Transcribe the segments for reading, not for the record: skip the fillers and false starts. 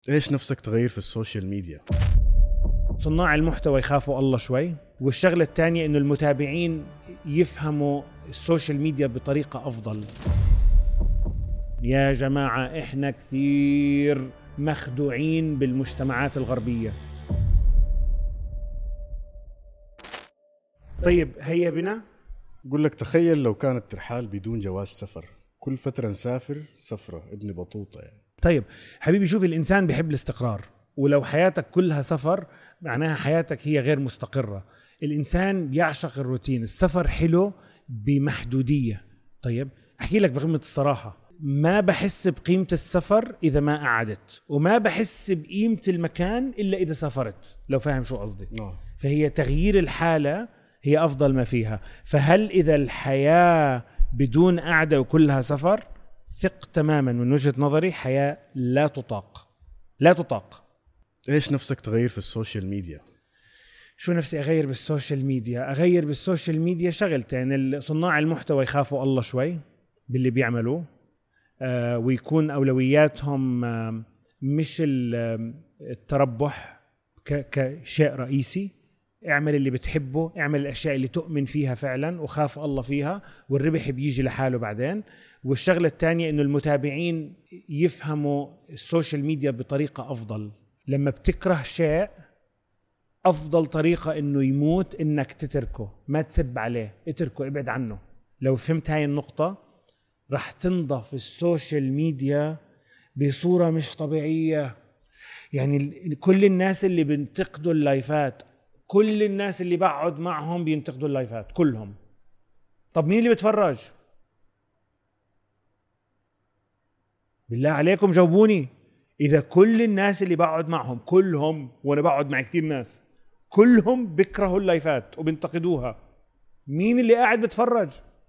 ايش نفسك تغير في السوشيال ميديا؟ صناع المحتوى يخافوا الله شوي، والشغلة الثانية إنه المتابعين يفهموا السوشيال ميديا بطريقة أفضل. يا جماعة إحنا كثير مخدوعين بالمجتمعات الغربية. طيب هيا بنا أقول لك تخيل لو كان الترحال بدون جواز سفر، كل فترة نسافر سفرة ابن بطوطة يعني. طيب حبيبي، شوف، الإنسان بيحب الاستقرار، ولو حياتك كلها سفر معناها حياتك هي غير مستقرة. الإنسان يعشق الروتين، السفر حلو بمحدودية. طيب أحكي لك بقيمة الصراحة، ما بحس بقيمة السفر إذا ما قعدت، وما بحس بقيمة المكان إلا إذا سافرت، لو فاهم شو قصدي. فهي تغيير الحالة هي أفضل ما فيها. فهل إذا الحياة بدون قعدة وكلها سفر؟ ثق تماما من وجهة نظري حياة لا تطاق، لا تطاق. ايش نفسك تغير في السوشيال ميديا؟ شو نفسي أغير بالسوشيال ميديا؟ أغير بالسوشيال ميديا شغلتين. يعني صناع المحتوى يخافوا الله شوي باللي بيعملوه، ويكون أولوياتهم مش التربح كشيء رئيسي. اعمل اللي بتحبه، اعمل الأشياء اللي تؤمن فيها فعلا وخاف الله فيها، والربح بيجي لحاله بعدين. والشغلة الثانية إنه المتابعين يفهموا السوشيال ميديا بطريقة أفضل. لما بتكره شيء، أفضل طريقة إنه يموت إنك تتركه، ما تسب عليه، اتركه، ابعد عنه. لو فهمت هاي النقطة رح تنضف السوشيال ميديا بصورة مش طبيعية. يعني كل الناس اللي بينتقدوا اللايفات، كل الناس اللي بقعد معهم بينتقدوا اللايفات كلهم. طب مين اللي بتفرج؟ بالله عليكم جاوبوني. إذا كل الناس اللي بقعد معهم كلهم، وأنا بقعد مع كتير ناس، كلهم بيكرهوا اللايفات وبينتقدوها، مين اللي قاعد بتفرج؟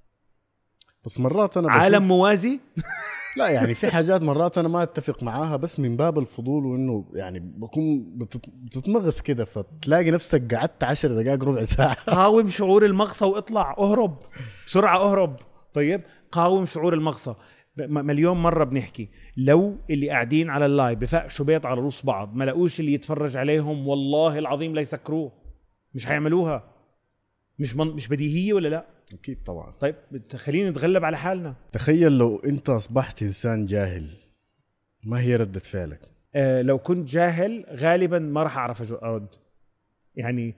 بس مرات أنا عالم موازي. لا يعني في حاجات مرات أنا ما أتفق معاها، بس من باب الفضول، وإنه يعني بكون بتتمغص كده، فتلاقي نفسك قعدت 10 دقائق ربع ساعة. قاوم شعور المغصة واطلع، اهرب بسرعة، اهرب. طيب قاوم شعور المغصة. مليون مرة بنحكي، لو اللي قاعدين على اللايف بفقشوا بيض على رؤوس بعض ما لقوش اللي يتفرج عليهم، والله العظيم لا يسكروه، مش هيعملوها. مش بديهية ولا لا؟ أكيد طبعا. طيب خلينا نتغلب على حالنا. تخيل لو أنت أصبحت إنسان جاهل، ما هي ردة فعلك؟ لو كنت جاهل غالبا ما راح أعرف أرد. يعني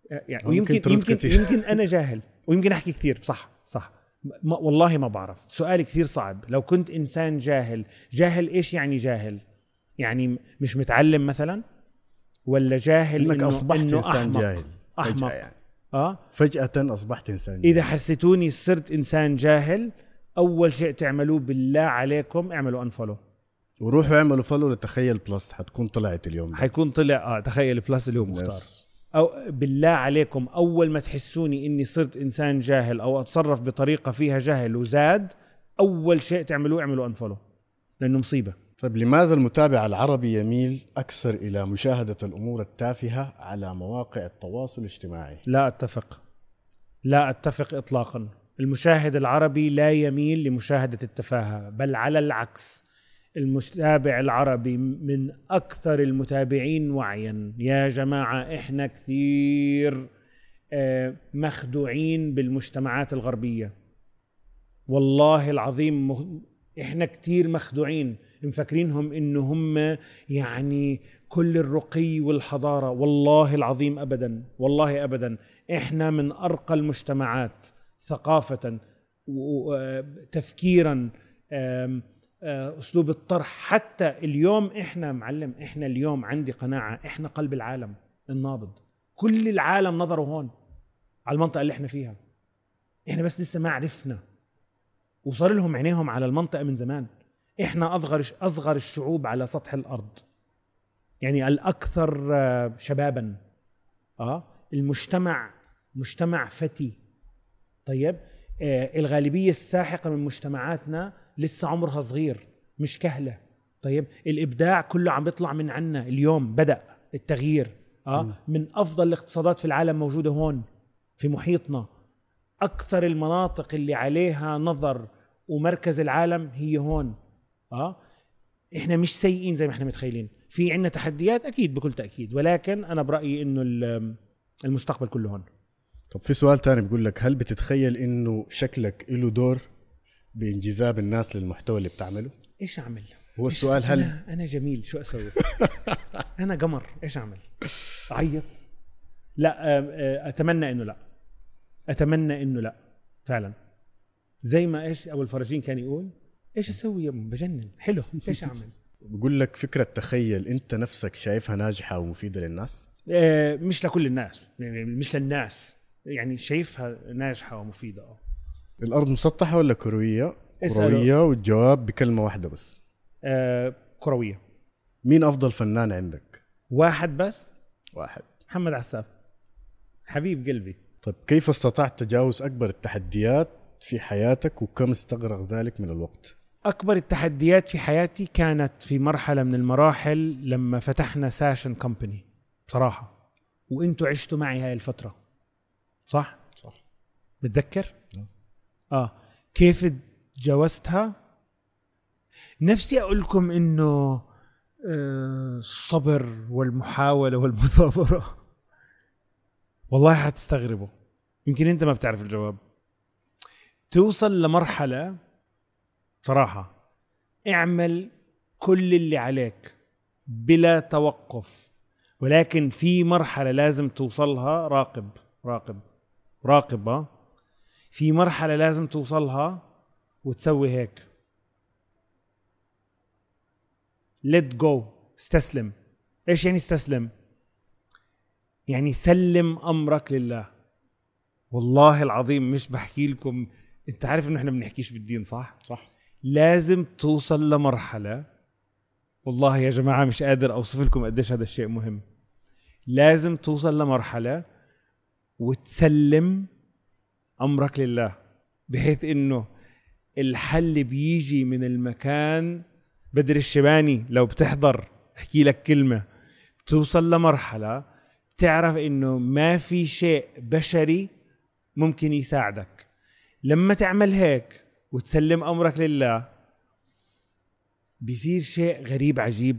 يمكن أنا جاهل ويمكن أحكي كثير. صح والله ما بعرف. سؤال كثير صعب. لو كنت إنسان جاهل إيش يعني جاهل؟ يعني مش متعلم مثلا، ولا جاهل إنك أصبحت إنسان جاهل أحمق يعني. فجأة أصبحت إنسان جاهل. إذا حسيتوني صرت إنسان جاهل، أول شيء تعملوه بالله عليكم اعملوا أنفولو، وروحوا اعملوا فولو لتخيل بلس، حتكون طلعت اليوم، حيكون طلع تخيل بلس اليوم مختار. أو بالله عليكم أول ما تحسوني إني صرت إنسان جاهل أو أتصرف بطريقة فيها جهل وزاد، أول شيء تعملوه اعملوا أنفولو، لأنه مصيبة. طيب لماذا المتابع العربي يميل أكثر إلى مشاهدة الأمور التافهة على مواقع التواصل الاجتماعي؟ لا أتفق إطلاقا. المشاهد العربي لا يميل لمشاهدة التفاهة، بل على العكس. المتابع العربي من أكثر المتابعين وعيا. يا جماعة إحنا كثير مخدوعين بالمجتمعات الغربية، والله العظيم إحنا كثير مخدوعين، مفكرينهم إنه هم يعني كل الرقي والحضارة. والله العظيم أبدا، والله أبدا. إحنا من أرقى المجتمعات ثقافة وتفكيرا، أسلوب الطرح. حتى اليوم إحنا معلم، إحنا اليوم عندي قناعة إحنا قلب العالم النابض. كل العالم نظروا هون على المنطقة اللي إحنا فيها، إحنا بس لسه ما عرفنا، وصار لهم عينيهم على المنطقة من زمان. إحنا أصغر الشعوب على سطح الأرض، يعني الأكثر شبابا. المجتمع مجتمع فتي. طيب الغالبية الساحقة من مجتمعاتنا لسه عمرها صغير، مش كهلة. طيب الإبداع كله عم بيطلع من عنا اليوم، بدأ التغيير. من أفضل الاقتصادات في العالم موجودة هون في محيطنا. أكثر المناطق اللي عليها نظر ومركز العالم هي هون. إحنا مش سيئين زي ما إحنا متخيلين. في عنا تحديات أكيد بكل تأكيد، ولكن أنا برأيي إنه المستقبل كله هون. طب في سؤال تاني بيقول لك هل بتتخيل إنه شكلك له دور بانجذاب الناس للمحتوى اللي بتعمله؟ إيش أعمل؟ هو السؤال هل أنا جميل شو أسوي؟ أنا قمر إيش أعمل؟ أعيط؟ لا أتمنى إنه لا، أتمنى إنه لا فعلا. زي ما إيش أبو الفرجين كان يقول إيش أسوي يا بجنن حلو إيش أعمل؟ بقول لك فكرة تخيل أنت نفسك شايفها ناجحة ومفيدة للناس؟ مش لكل الناس، مش للناس، يعني شايفها ناجحة ومفيدة. الأرض مسطحة ولا كروية؟ كروية، والجواب بكلمة واحدة بس. كروية. مين أفضل فنان عندك؟ واحد بس. واحد. محمد عساف حبيب قلبي. طيب كيف استطعت تجاوز أكبر التحديات في حياتك وكم استغرق ذلك من الوقت؟ أكبر التحديات في حياتي كانت في مرحلة من المراحل لما فتحنا ساشن كومباني بصراحة، وإنتوا عشتوا معي هاي الفترة صح؟ صح. متذكر؟ كيف تجاوزتها؟ نفسي أقول لكم إنه الصبر والمحاولة والمثابرة. والله هتستغربوا، يمكن أنت ما بتعرف الجواب. توصل لمرحلة صراحة اعمل كل اللي عليك بلا توقف، ولكن في مرحلة لازم توصلها. راقب في مرحلة لازم توصلها وتسوي هيك let go، استسلم. ايش يعني استسلم؟ يعني سلم أمرك لله. والله العظيم مش بحكي لكم، انت عارف انه احنا بنحكيش بالدين صح؟ لازم توصل لمرحلة، والله يا جماعة مش قادر اوصف لكم قديش هذا الشيء مهم. لازم توصل لمرحلة وتسلم أمرك لله، بحيث انه الحل بيجي من المكان. بدر الشباني لو بتحضر احكي لك كلمة. توصل لمرحلة تعرف انه ما في شيء بشري ممكن يساعدك. لما تعمل هيك وتسلم أمرك لله بيصير شيء غريب عجيب.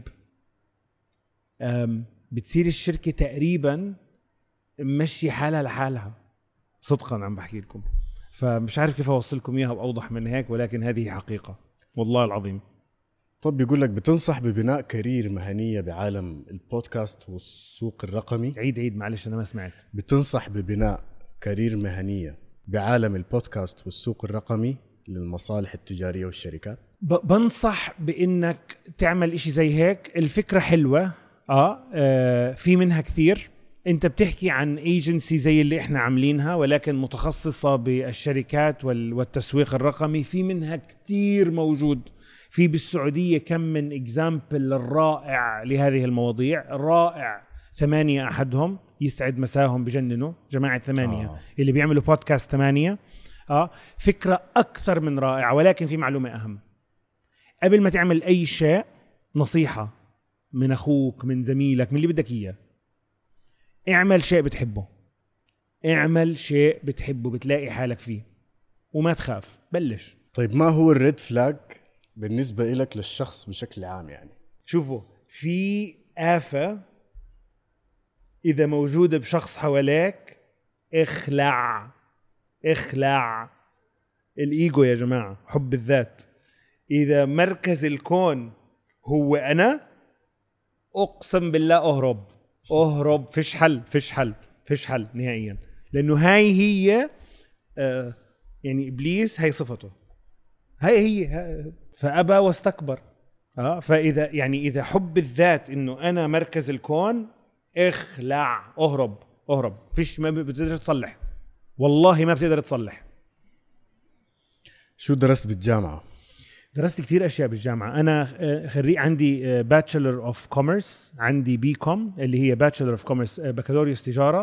بتصير الشركة تقريبا مشي حالها لحالها، صدقا عم بحكي لكم. فمش عارف كيف أوصلكم إياها بأوضح من هيك، ولكن هذه حقيقة والله العظيم. طب بيقول لك بتنصح ببناء كارير مهنية بعالم البودكاست والسوق الرقمي؟ عيد معلش أنا ما سمعت. بتنصح ببناء كارير مهنية بعالم البودكاست والسوق الرقمي للمصالح التجارية والشركات؟ بنصح بإنك تعمل إشي زي هيك. الفكرة حلوة في منها كثير. انت بتحكي عن ايجنسي زي اللي احنا عاملينها، ولكن متخصصة بالشركات والتسويق الرقمي. في منها كتير موجود في بالسعودية. كم من اكزامبل الرائع لهذه المواضيع، رائع. 8 أحدهم يسعد مساهم، بجننوا جماعة 8 اللي بيعملوا بودكاست 8. فكرة أكثر من رائعة. ولكن في معلومة أهم قبل ما تعمل أي شيء، نصيحة من أخوك، من زميلك، من اللي بدك إياه. اعمل شيء بتحبه. اعمل شيء بتحبه بتلاقي حالك فيه، وما تخاف. بلش. طيب ما هو الريد فلاج بالنسبة إلك للشخص بشكل عام؟ يعني شوفوا، في آفة إذا موجودة بشخص حواليك، اخلع الإيجو يا جماعة، حب الذات. إذا مركز الكون هو أنا، أقسم بالله أهرب. فيش حل نهائيا. لأنه هاي هي يعني إبليس، هاي صفته، هاي فأبى واستكبر. فإذا يعني إذا حب الذات إنه أنا مركز الكون، اخلع، أهرب. فيش، ما بتقدر تصلح، والله ما بتقدر تصلح. شو درست بالجامعة؟ درست كثير أشياء بالجامعة. أنا خريج، عندي باتشلر أوف كوميرس، عندي بي كوم اللي هي باتشلر أوف كوميرس، بكالوريوس تجارة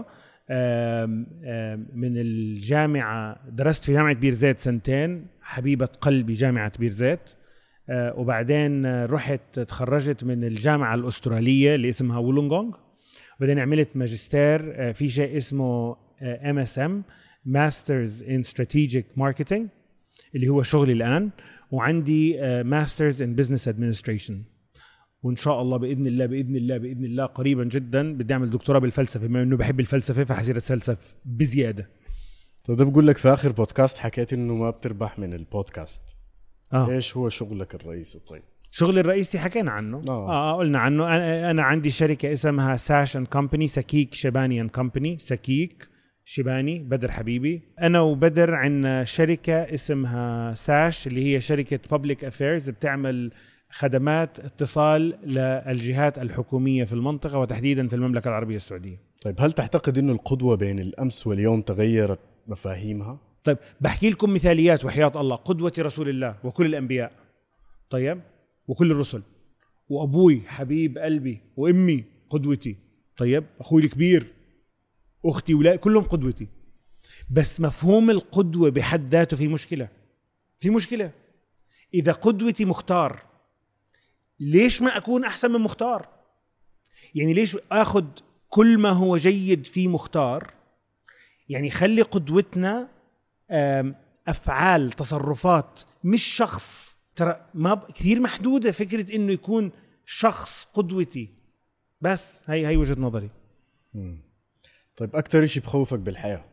من الجامعة. درست في جامعة بيرزيت 2 حبيبة قلبي جامعة بيرزيت. وبعدين رحت تخرجت من الجامعة الأسترالية اللي اسمها وولونغونغ. وبعدين عملت ماجستير في شيء اسمه MSM Masters in Strategic Marketing اللي هو شغلي الآن. وعندي ماسترز in Business Administration. وإن شاء الله بإذن الله قريبا جدا بدي أعمل دكتوراه بالفلسفة، بما إنه بحب الفلسفة فحصير أتفلسف بزيادة. طيب ده بقول لك في آخر بودكاست حكيت إنه ما بتربح من البودكاست. إيش هو شغلك الرئيسي؟ طيب شغل الرئيسي حكينا عنه. قلنا عنه. أنا عندي شركة اسمها ساش اند كومباني، سكيك شباني اند كومباني. سكيك شباني بدر حبيبي. أنا وبدر عندنا شركة اسمها ساش اللي هي شركة Public Affairs، بتعمل خدمات اتصال للجهات الحكومية في المنطقة وتحديدا في المملكة العربية السعودية. طيب هل تعتقد إنه القدوة بين الأمس واليوم تغيرت مفاهيمها؟ طيب بحكي لكم مثاليات وحياة الله. قدوة رسول الله وكل الأنبياء، طيب، وكل الرسل، وأبوي حبيب قلبي، وأمي قدوتي، طيب، أخوي الكبير، أختي، ولا كلهم قدوتي. بس مفهوم القدوة بحد ذاته في مشكلة. إذا قدوتي مختار، ليش ما أكون أحسن من مختار؟ يعني ليش أخذ كل ما هو جيد في مختار؟ يعني خلي قدوتنا أفعال، تصرفات، مش شخص. ترى ما كثير محدودة فكرة إنه يكون شخص قدوتي. بس هي وجهة نظري. طيب أكتر إشي بخوفك بالحياة؟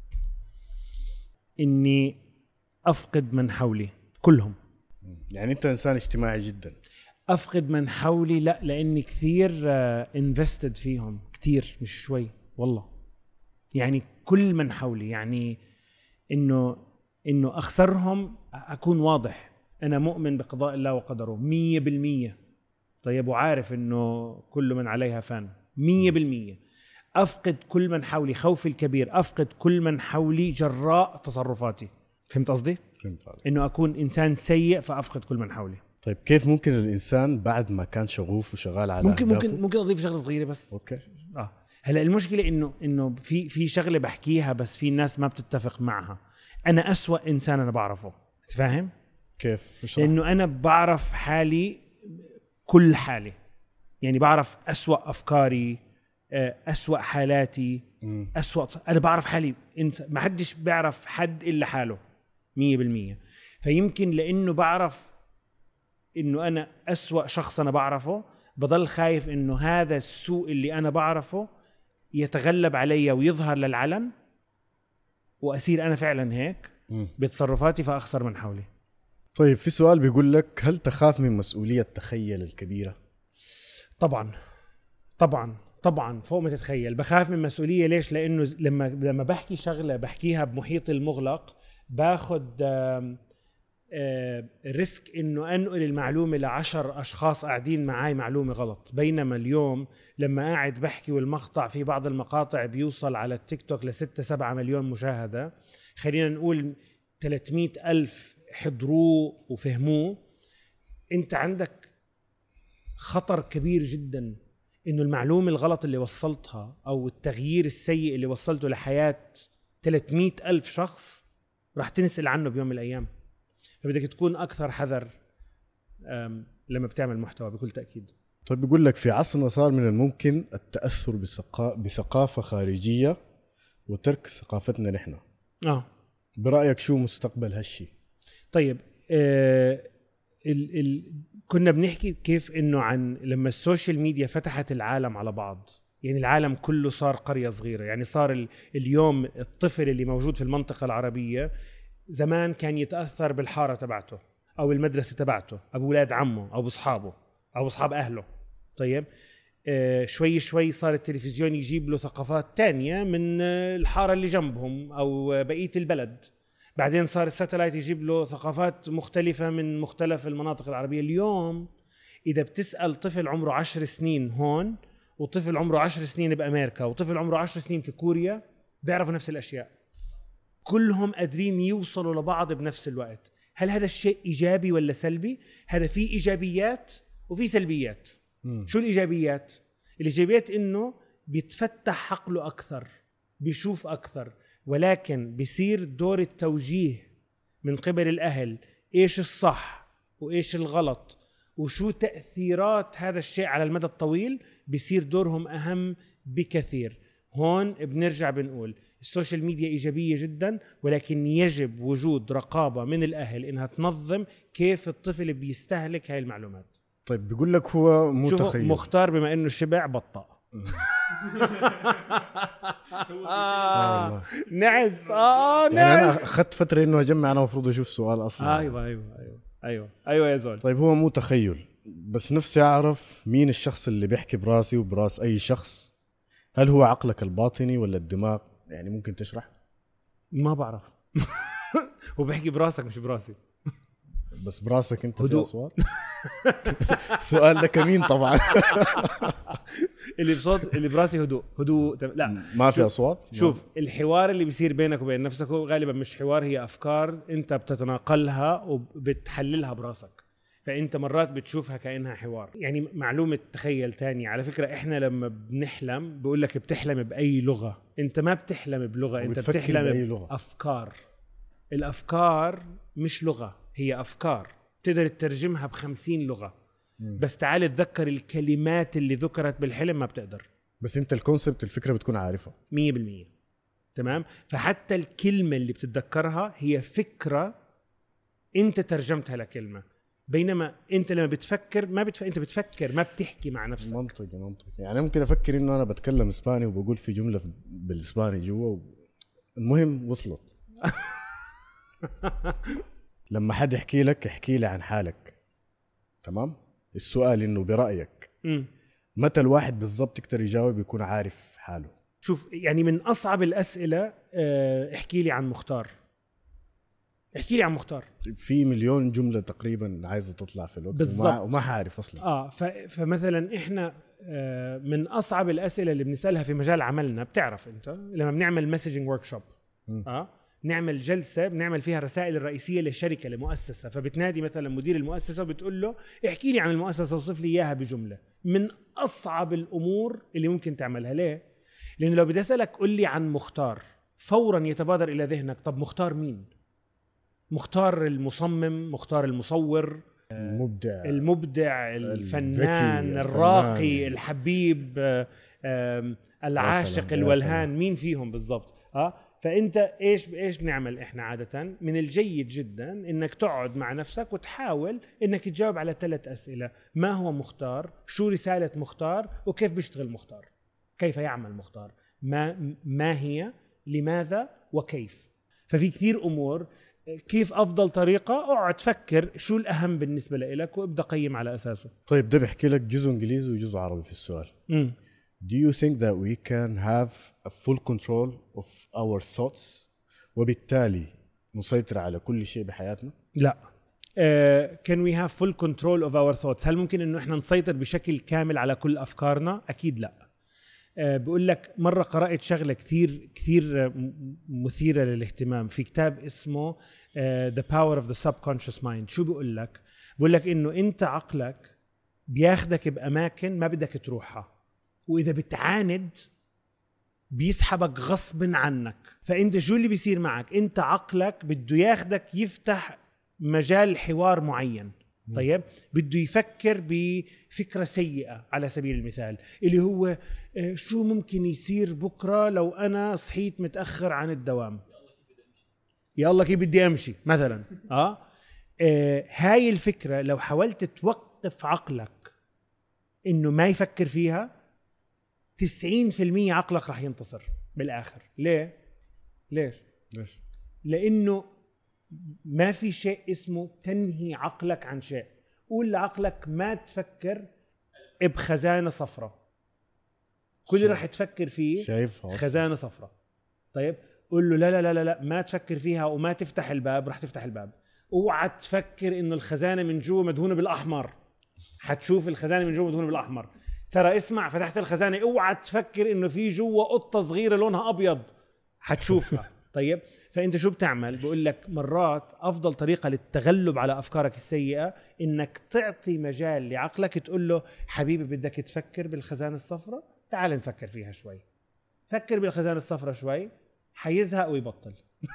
إني أفقد من حولي كلهم. يعني أنت إنسان اجتماعي جدا. أفقد من حولي لا، لأني كثير invested فيهم كثير، مش شوي والله. يعني كل من حولي، يعني إنه أخسرهم. أكون واضح، أنا مؤمن بقضاء الله وقدره 100%. طيب وعارف إنه كل من عليها فان 100%. أفقد كل من حولي، خوفي الكبير أفقد كل من حولي جراء تصرفاتي. فهمت قصدي؟ فهمت. إنه أكون إنسان سيء فأفقد كل من حولي. طيب كيف ممكن الإنسان بعد ما كان شغوف وشغال على ممكن أضيف شغلة صغيرة بس. أوكي. هلا المشكلة إنه في شغلة بحكيها بس في ناس ما بتتفق معها. أنا أسوأ إنسان أنا بعرفه. تفهم كيف؟ إنه أنا بعرف حالي، كل حالي. يعني بعرف أسوأ أفكاري، أسوأ حالاتي، أنا بعرف حالي. ما حدش بيعرف حد إلا حاله 100%. فيمكن لأنه بعرف إنه أنا أسوأ شخص أنا بعرفه، بضل خايف إنه هذا السوء اللي أنا بعرفه يتغلب علي ويظهر للعلن، وأصير أنا فعلا هيك بتصرفاتي فأخسر من حولي. طيب في سؤال بيقول لك، هل تخاف من مسؤولية تخيل الكبيرة؟ طبعا فوق ما تتخيل بخاف من مسؤولية. ليش؟ لأنه لما بحكي شغلة بحكيها بمحيط المغلق، باخد ريسك إنه أنقل المعلومة ل10 أشخاص قاعدين معاي معلومة غلط. بينما اليوم لما قاعد بحكي والمقطع في بعض المقاطع بيوصل على التيك توك ل6-7 مليون مشاهدة، خلينا نقول 300,000 حضروه وفهموه، أنت عندك خطر كبير جدا إنه المعلومة الغلط اللي وصلتها أو التغيير السيء اللي وصلته لحياة 300,000 شخص راح تنسل عنه بيوم من الأيام. فبدك تكون أكثر حذر لما بتعمل محتوى بكل تأكيد. طيب بيقول لك في عصرنا صار من الممكن التأثر بثقافة خارجية وترك ثقافتنا نحن. برأيك شو مستقبل هالشي؟ طيب كنا بنحكي كيف إنه عن لما السوشيال ميديا فتحت العالم على بعض. يعني العالم كله صار قرية صغيرة. يعني صار اليوم الطفل اللي موجود في المنطقة العربية زمان كان يتأثر بالحارة تبعته أو المدرسة تبعته أو أولاد عمه أو بصحابه أو بصحاب أهله. طيب شوي شوي صار التلفزيون يجيب له ثقافات تانية من الحارة اللي جنبهم أو بقية البلد. بعدين صار الساتلايت يجيب له ثقافات مختلفة من مختلف المناطق العربية. اليوم إذا بتسأل طفل عمره 10 سنين هون وطفل عمره 10 سنين بأمريكا وطفل عمره 10 سنين في كوريا، بيعرفوا نفس الأشياء. كلهم قادرين يوصلوا لبعض بنفس الوقت. هل هذا الشيء إيجابي ولا سلبي؟ هذا فيه إيجابيات وفيه سلبيات. شو الإيجابيات؟ الإيجابيات إنه بيتفتح عقله أكثر، بيشوف أكثر، ولكن بيصير دور التوجيه من قبل الأهل إيش الصح وإيش الغلط وشو تأثيرات هذا الشيء على المدى الطويل، بيصير دورهم أهم بكثير. هون بنرجع بنقول السوشيال ميديا إيجابية جدا، ولكن يجب وجود رقابة من الأهل إنها تنظم كيف الطفل بيستهلك هاي المعلومات. طيب بيقول لك هو مو شوفوا تخيل. مختار بما انه شبع بطأ. والله. نعس يعني انا نعس. اخذت فتره انه اجمع، انا المفروض اشوف سؤال اصلا. ايوه يا زول. طيب هو مو تخيل، بس نفسي اعرف مين الشخص اللي بيحكي براسي وبراس اي شخص. هل هو عقلك الباطني ولا الدماغ؟ يعني ممكن تشرح؟ ما بعرف. هو بيحكي براسك مش براسي. بس براسك انت في هدوء. اصوات. السؤال ده كمين طبعا. اللي بصوت اللي براسي هدوء لا ما في اصوات. شوف الحوار اللي بيصير بينك وبين نفسك هو غالبا مش حوار، هي افكار انت بتتناقلها وبتحللها براسك، فانت مرات بتشوفها كانها حوار. يعني معلومه تخيل تاني على فكره، احنا لما بنحلم بقول لك بتحلم باي لغه، انت ما بتحلم بلغه، انت بتحلم بأي لغة. افكار. الافكار مش لغه، هي افكار تقدر تترجمها ب50 لغه. بس تعال تذكر الكلمات اللي ذكرت بالحلم ما بتقدر. بس انت الكونسبت الفكره بتكون عارفها 100%. تمام. فحتى الكلمة اللي بتتذكرها هي فكرة انت ترجمتها لكلمة، بينما انت لما بتفكر ما انت بتفكر ما بتحكي مع نفسك. منطقي. يعني ممكن افكر انه انا بتكلم اسباني وبقول في جمله بالاسباني جوا المهم وصلت. لما حد يحكي لك احكي لي عن حالك، تمام؟ السؤال انه برايك متى الواحد بالضبط يقدر يجاوب يكون عارف حاله؟ شوف يعني من اصعب الاسئله احكي لي عن مختار. احكي لي عن مختار. في مليون جمله تقريبا عايزه تطلع في الوقت وما حعرف اصلا. فمثلا احنا من اصعب الاسئله اللي بنسالها في مجال عملنا، بتعرف انت لما بنعمل مسجنج ورك شوب نعمل جلسه بنعمل فيها الرسائل الرئيسيه للشركه لمؤسسه، فبتنادي مثلا مدير المؤسسه وبتقول له احكي لي عن المؤسسه وصف لي اياها بجمله. من اصعب الامور اللي ممكن تعملها. ليه؟ لانه لو بدي اسالك قل لي عن مختار، فورا يتبادر الى ذهنك طب مختار مين؟ مختار المصمم، مختار المصور، المبدع الفنان الراقي الحبيب العاشق الولهان، مين فيهم بالضبط؟ فانت ايش بنعمل احنا عاده؟ من الجيد جدا انك تقعد مع نفسك وتحاول انك تجاوب على 3 اسئله: ما هو مختار؟ شو رساله مختار؟ وكيف بيشتغل مختار؟ كيف يعمل مختار؟ ما هي؟ لماذا؟ وكيف؟ ففي كثير امور. كيف افضل طريقه؟ اقعد فكر شو الاهم بالنسبه لك وابدا قيم على اساسه. طيب ده بحكي لك جزء انجليزي وجزء عربي في السؤال. Do you think that we can have a full control of our thoughts وبالتالي نسيطر على كل شيء بحياتنا؟ لا. Can we have full control of our thoughts؟ هل ممكن انه احنا نسيطر بشكل كامل على كل افكارنا؟ اكيد لا. بقول لك مرة قرأت شغلة كثير مثيرة للاهتمام في كتاب اسمه The Power of the Subconscious Mind. شو بقول لك؟ بقول لك انه انت عقلك بياخدك بأماكن ما بدك تروحها، وإذا بتعاند بيسحبك غصب عنك. فأنت شو اللي بيصير معك؟ أنت عقلك بده ياخدك يفتح مجال حوار معين. طيب بده يفكر بفكرة سيئة على سبيل المثال، اللي هو شو ممكن يصير بكرة لو أنا صحيت متأخر عن الدوام، يلا كيف بدي أمشي مثلا. هاي الفكرة لو حاولت توقف عقلك إنه ما يفكر فيها 90% عقلك راح ينتصر بالآخر. ليش؟ لأنه ما في شيء اسمه تنهي عقلك عن شيء. قول لعقلك ما تفكر بخزانة صفرة، كل اللي راح تفكر فيه خزانة صفرة. طيب قول له لا لا لا لا ما تفكر فيها وما تفتح الباب، راح تفتح الباب. اوعى تفكر انه الخزانة من جوا مدهونة بالأحمر، حتشوف الخزانة من جوا مدهونة بالأحمر. ترى اسمع، فتحت الخزانة اوعى تفكر انه في جوا قطة صغيرة لونها أبيض، حتشوفها. طيب فأنت شو بتعمل؟ بقول لك مرات أفضل طريقة للتغلب على أفكارك السيئة إنك تعطي مجال لعقلك، تقول له حبيبي بدك تفكر بالخزانة الصفراء، تعال نفكر فيها شوي. فكر بالخزانة الصفراء شوي، حيزهق ويبطل.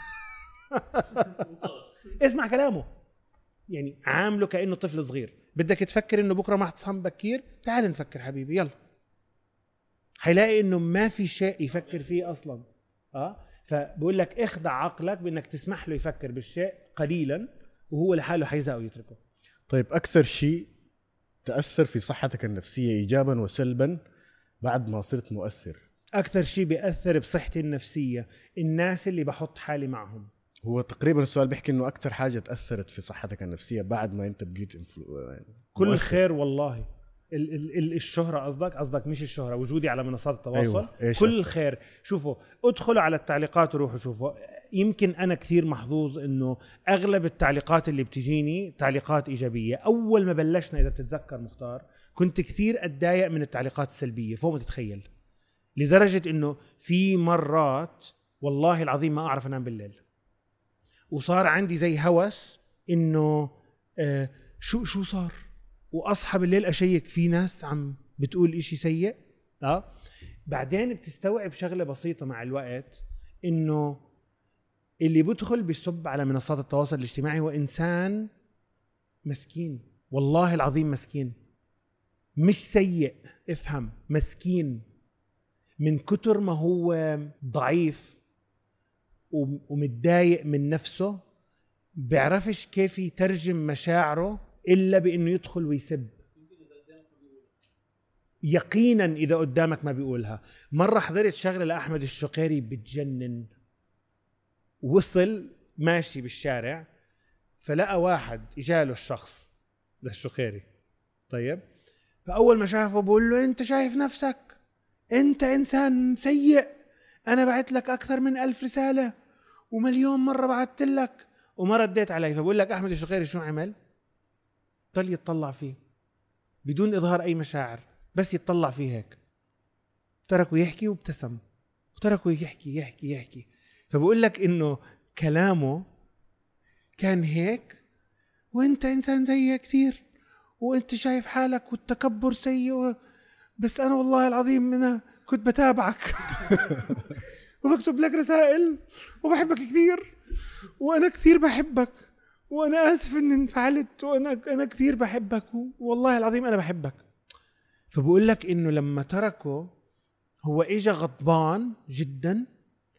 اسمع كلامه، يعني عامله كأنه طفل صغير. بدك تفكر إنه بكرة ما حتصحى بكير، تعال نفكر حبيبي يلا. حيلاقي إنه ما في شيء يفكر فيه أصلاً. فبقول لك اخدع عقلك بانك تسمح له يفكر بالشيء قليلا، وهو لحاله حيزهق ويتركه. طيب اكثر شيء تأثر في صحتك النفسية إيجابا وسلبا بعد ما صرت مؤثر؟ أكثر شيء بيأثر بصحتي النفسية الناس اللي بحط حالي معهم. هو تقريبا السؤال بيحكي إنه أكثر حاجة تأثرت في صحتك النفسية بعد ما أنت بقيت يعني كل مؤثر. خير والله. الشهرة قصدك مش الشهرة، وجودي على منصات التواصل. أيوة. كل خير. شوفوا، ادخلوا على التعليقات وروحوا شوفوا. يمكن أنا كثير محظوظ إنه أغلب التعليقات اللي بتجيني تعليقات إيجابية. أول ما بلشنا إذا بتتذكر مختار كنت كثير أتضايق من التعليقات السلبية فوق ما تتخيل، لدرجة إنه في مرات والله العظيم ما أعرف أنام بالليل، وصار عندي زي هوس إنه شو صار، وأصحى بالليل أشيك في ناس عم بتقول إشي سيء. بعدين بتستوعب شغلة بسيطة مع الوقت، إنه اللي بدخل بيسب على منصات التواصل الاجتماعي هو إنسان مسكين، والله العظيم مسكين، مش سيء، افهم، مسكين من كتر ما هو ضعيف ومتضايق من نفسه، بيعرفش كيف يترجم مشاعره إلا بأنه يدخل ويسب. يقينا إذا قدامك ما بيقولها. مرة حضرت شغلة لأحمد الشقيري بتجنن. وصل ماشي بالشارع فلقى واحد إجاله الشخص ده الشقيري، طيب، فأول ما شافه بقول له أنت شايف نفسك أنت إنسان سيء، أنا بعت لك أكثر من 1000 رسالة ومليون مرة بعت لك وما رديت علي. فبقول لك أحمد الشقيري شو عمل؟ ضل يتطلع فيه بدون إظهار أي مشاعر، بس يتطلع فيه هيك، تركه يحكي وابتسم، وتركه يحكي. فبقول لك إنه كلامه كان هيك، وانت إنسان زي كثير، وانت شايف حالك والتكبر سيء، بس أنا والله العظيم أنا كنت بتابعك وبكتب لك رسائل وبحبك كثير، وأنا كثير بحبك، وأنا آسف إني انفعلت، وأنا كثير بحبك، والله العظيم أنا بحبك. فبقول لك إنه لما تركه هو إجا غضبان جدا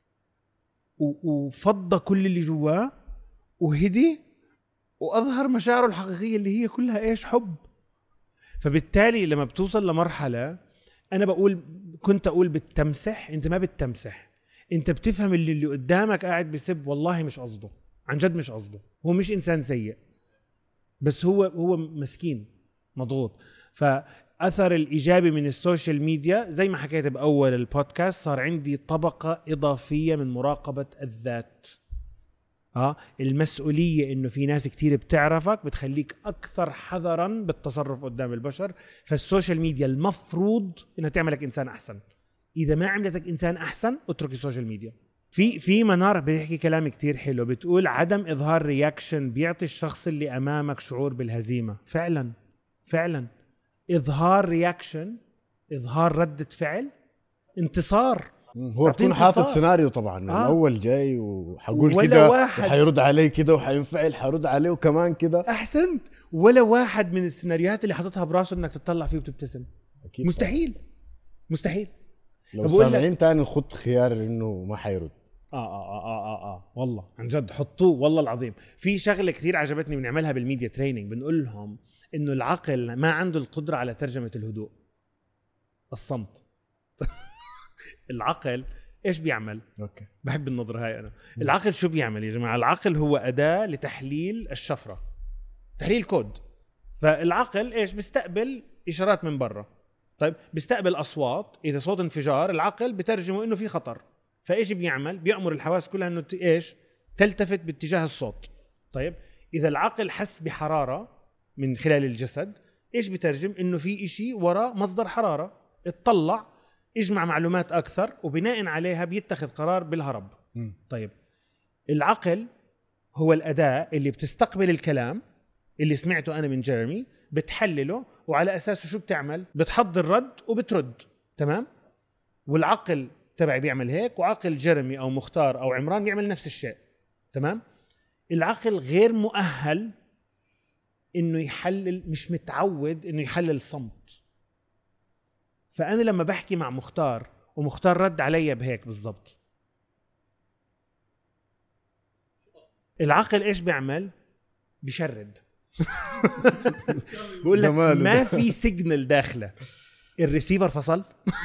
وفضى كل اللي جواه وهدي وأظهر مشاعره الحقيقية اللي هي كلها إيش؟ حب. فبالتالي لما بتوصل لمرحلة، أنا كنت أقول بتمسح، أنت ما بتمسح، أنت بتفهم اللي قدامك قاعد بيسب والله مش قصده، عن جد مش قصده، هو مش إنسان سيء، بس هو مسكين مضغوط. فأثر الإيجابي من السوشيال ميديا زي ما حكيت بأول البودكاست، صار عندي طبقة إضافية من مراقبة الذات. المسؤولية إنه في ناس كتير بتعرفك بتخليك أكثر حذراً بالتصرف قدام البشر. فالسوشيال ميديا المفروض إنها تعملك إنسان أحسن. إذا ما عملتك إنسان أحسن اترك السوشيال ميديا. في منار بيحكي كلام كتير حلو، بتقول عدم إظهار رياكشن بيعطي الشخص اللي أمامك شعور بالهزيمة. فعلاً إظهار رياكشن، إظهار ردة فعل، انتصار. هو بتكون حاطط سيناريو طبعا من الأول جاي وحقول كده وحيرد علي كده وحينفعل حيرد عليه وكمان كده. أحسنت. ولا واحد من السيناريوهات اللي حاططها براسه إنك تطلع فيه وتبتسم. أكيد مستحيل. لو سامعين تاني نخط خيار إنه ما حيرد. والله عن جد حطوه، والله العظيم. في شغلة كثير عجبتني بنعملها بالميديا تريننج، بنقول لهم إنه العقل ما عنده القدرة على ترجمة الهدوء، الصمت. العقل إيش بيعمل؟ بحب النظرة هاي أنا. العقل شو بيعمل يا جماعة؟ العقل هو أداة لتحليل الشفرة، تحليل كود. فالعقل إيش بيستقبل إشارات من برا، طيب بيستقبل أصوات، إذا صوت انفجار العقل بترجمه إنه في خطر، فإيش بيعمل؟ بيأمر الحواس كلها إنه إيش؟ تلتفت باتجاه الصوت. طيب إذا العقل حس بحرارة من خلال الجسد، إيش بترجم؟ إنه في إشي وراء مصدر حرارة، اطلع اجمع معلومات أكثر وبناء عليها بيتخذ قرار بالهرب. طيب العقل هو الأداة اللي بتستقبل الكلام اللي سمعته أنا من جيرمي، بتحلله وعلى أساسه شو بتعمل؟ بتحضر رد وبترد. تمام؟ والعقل تبعي بيعمل هيك، وعقل جيرمي أو مختار أو عمران بيعمل نفس الشيء. تمام؟ العقل غير مؤهل إنه يحلل، مش متعود إنه يحلل صمت. فأنا لما بحكي مع مختار ومختار رد علي بهيك بالضبط، العقل إيش بيعمل؟ بيشرد. بقول لك ما في سيجنال داخله، الريسيفر فصل.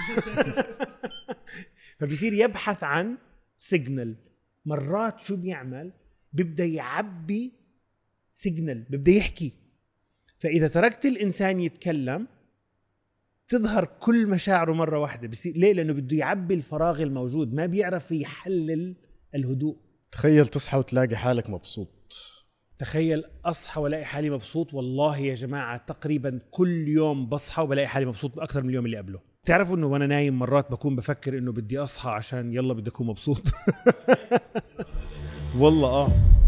فبيصير يبحث عن سيجنال. مرات شو بيعمل؟ بيبدأ يعبي سيجنال، بيبدأ يحكي. فإذا تركت الإنسان يتكلم تظهر كل مشاعره مرة واحدة. بيصير ليه؟ لأنه بده يعبي الفراغ الموجود، ما بيعرف يحلل الهدوء. تخيل تصحى وتلاقي حالك مبسوط. تخيل أصحى ولاقي حالي مبسوط. والله يا جماعة تقريبا كل يوم بصحى ولاقي حالي مبسوط أكثر من اليوم اللي قبله. تعرفوا إنه وأنا نايم مرات بكون بفكر إنه بدي أصحى عشان يلا بدي أكون مبسوط. والله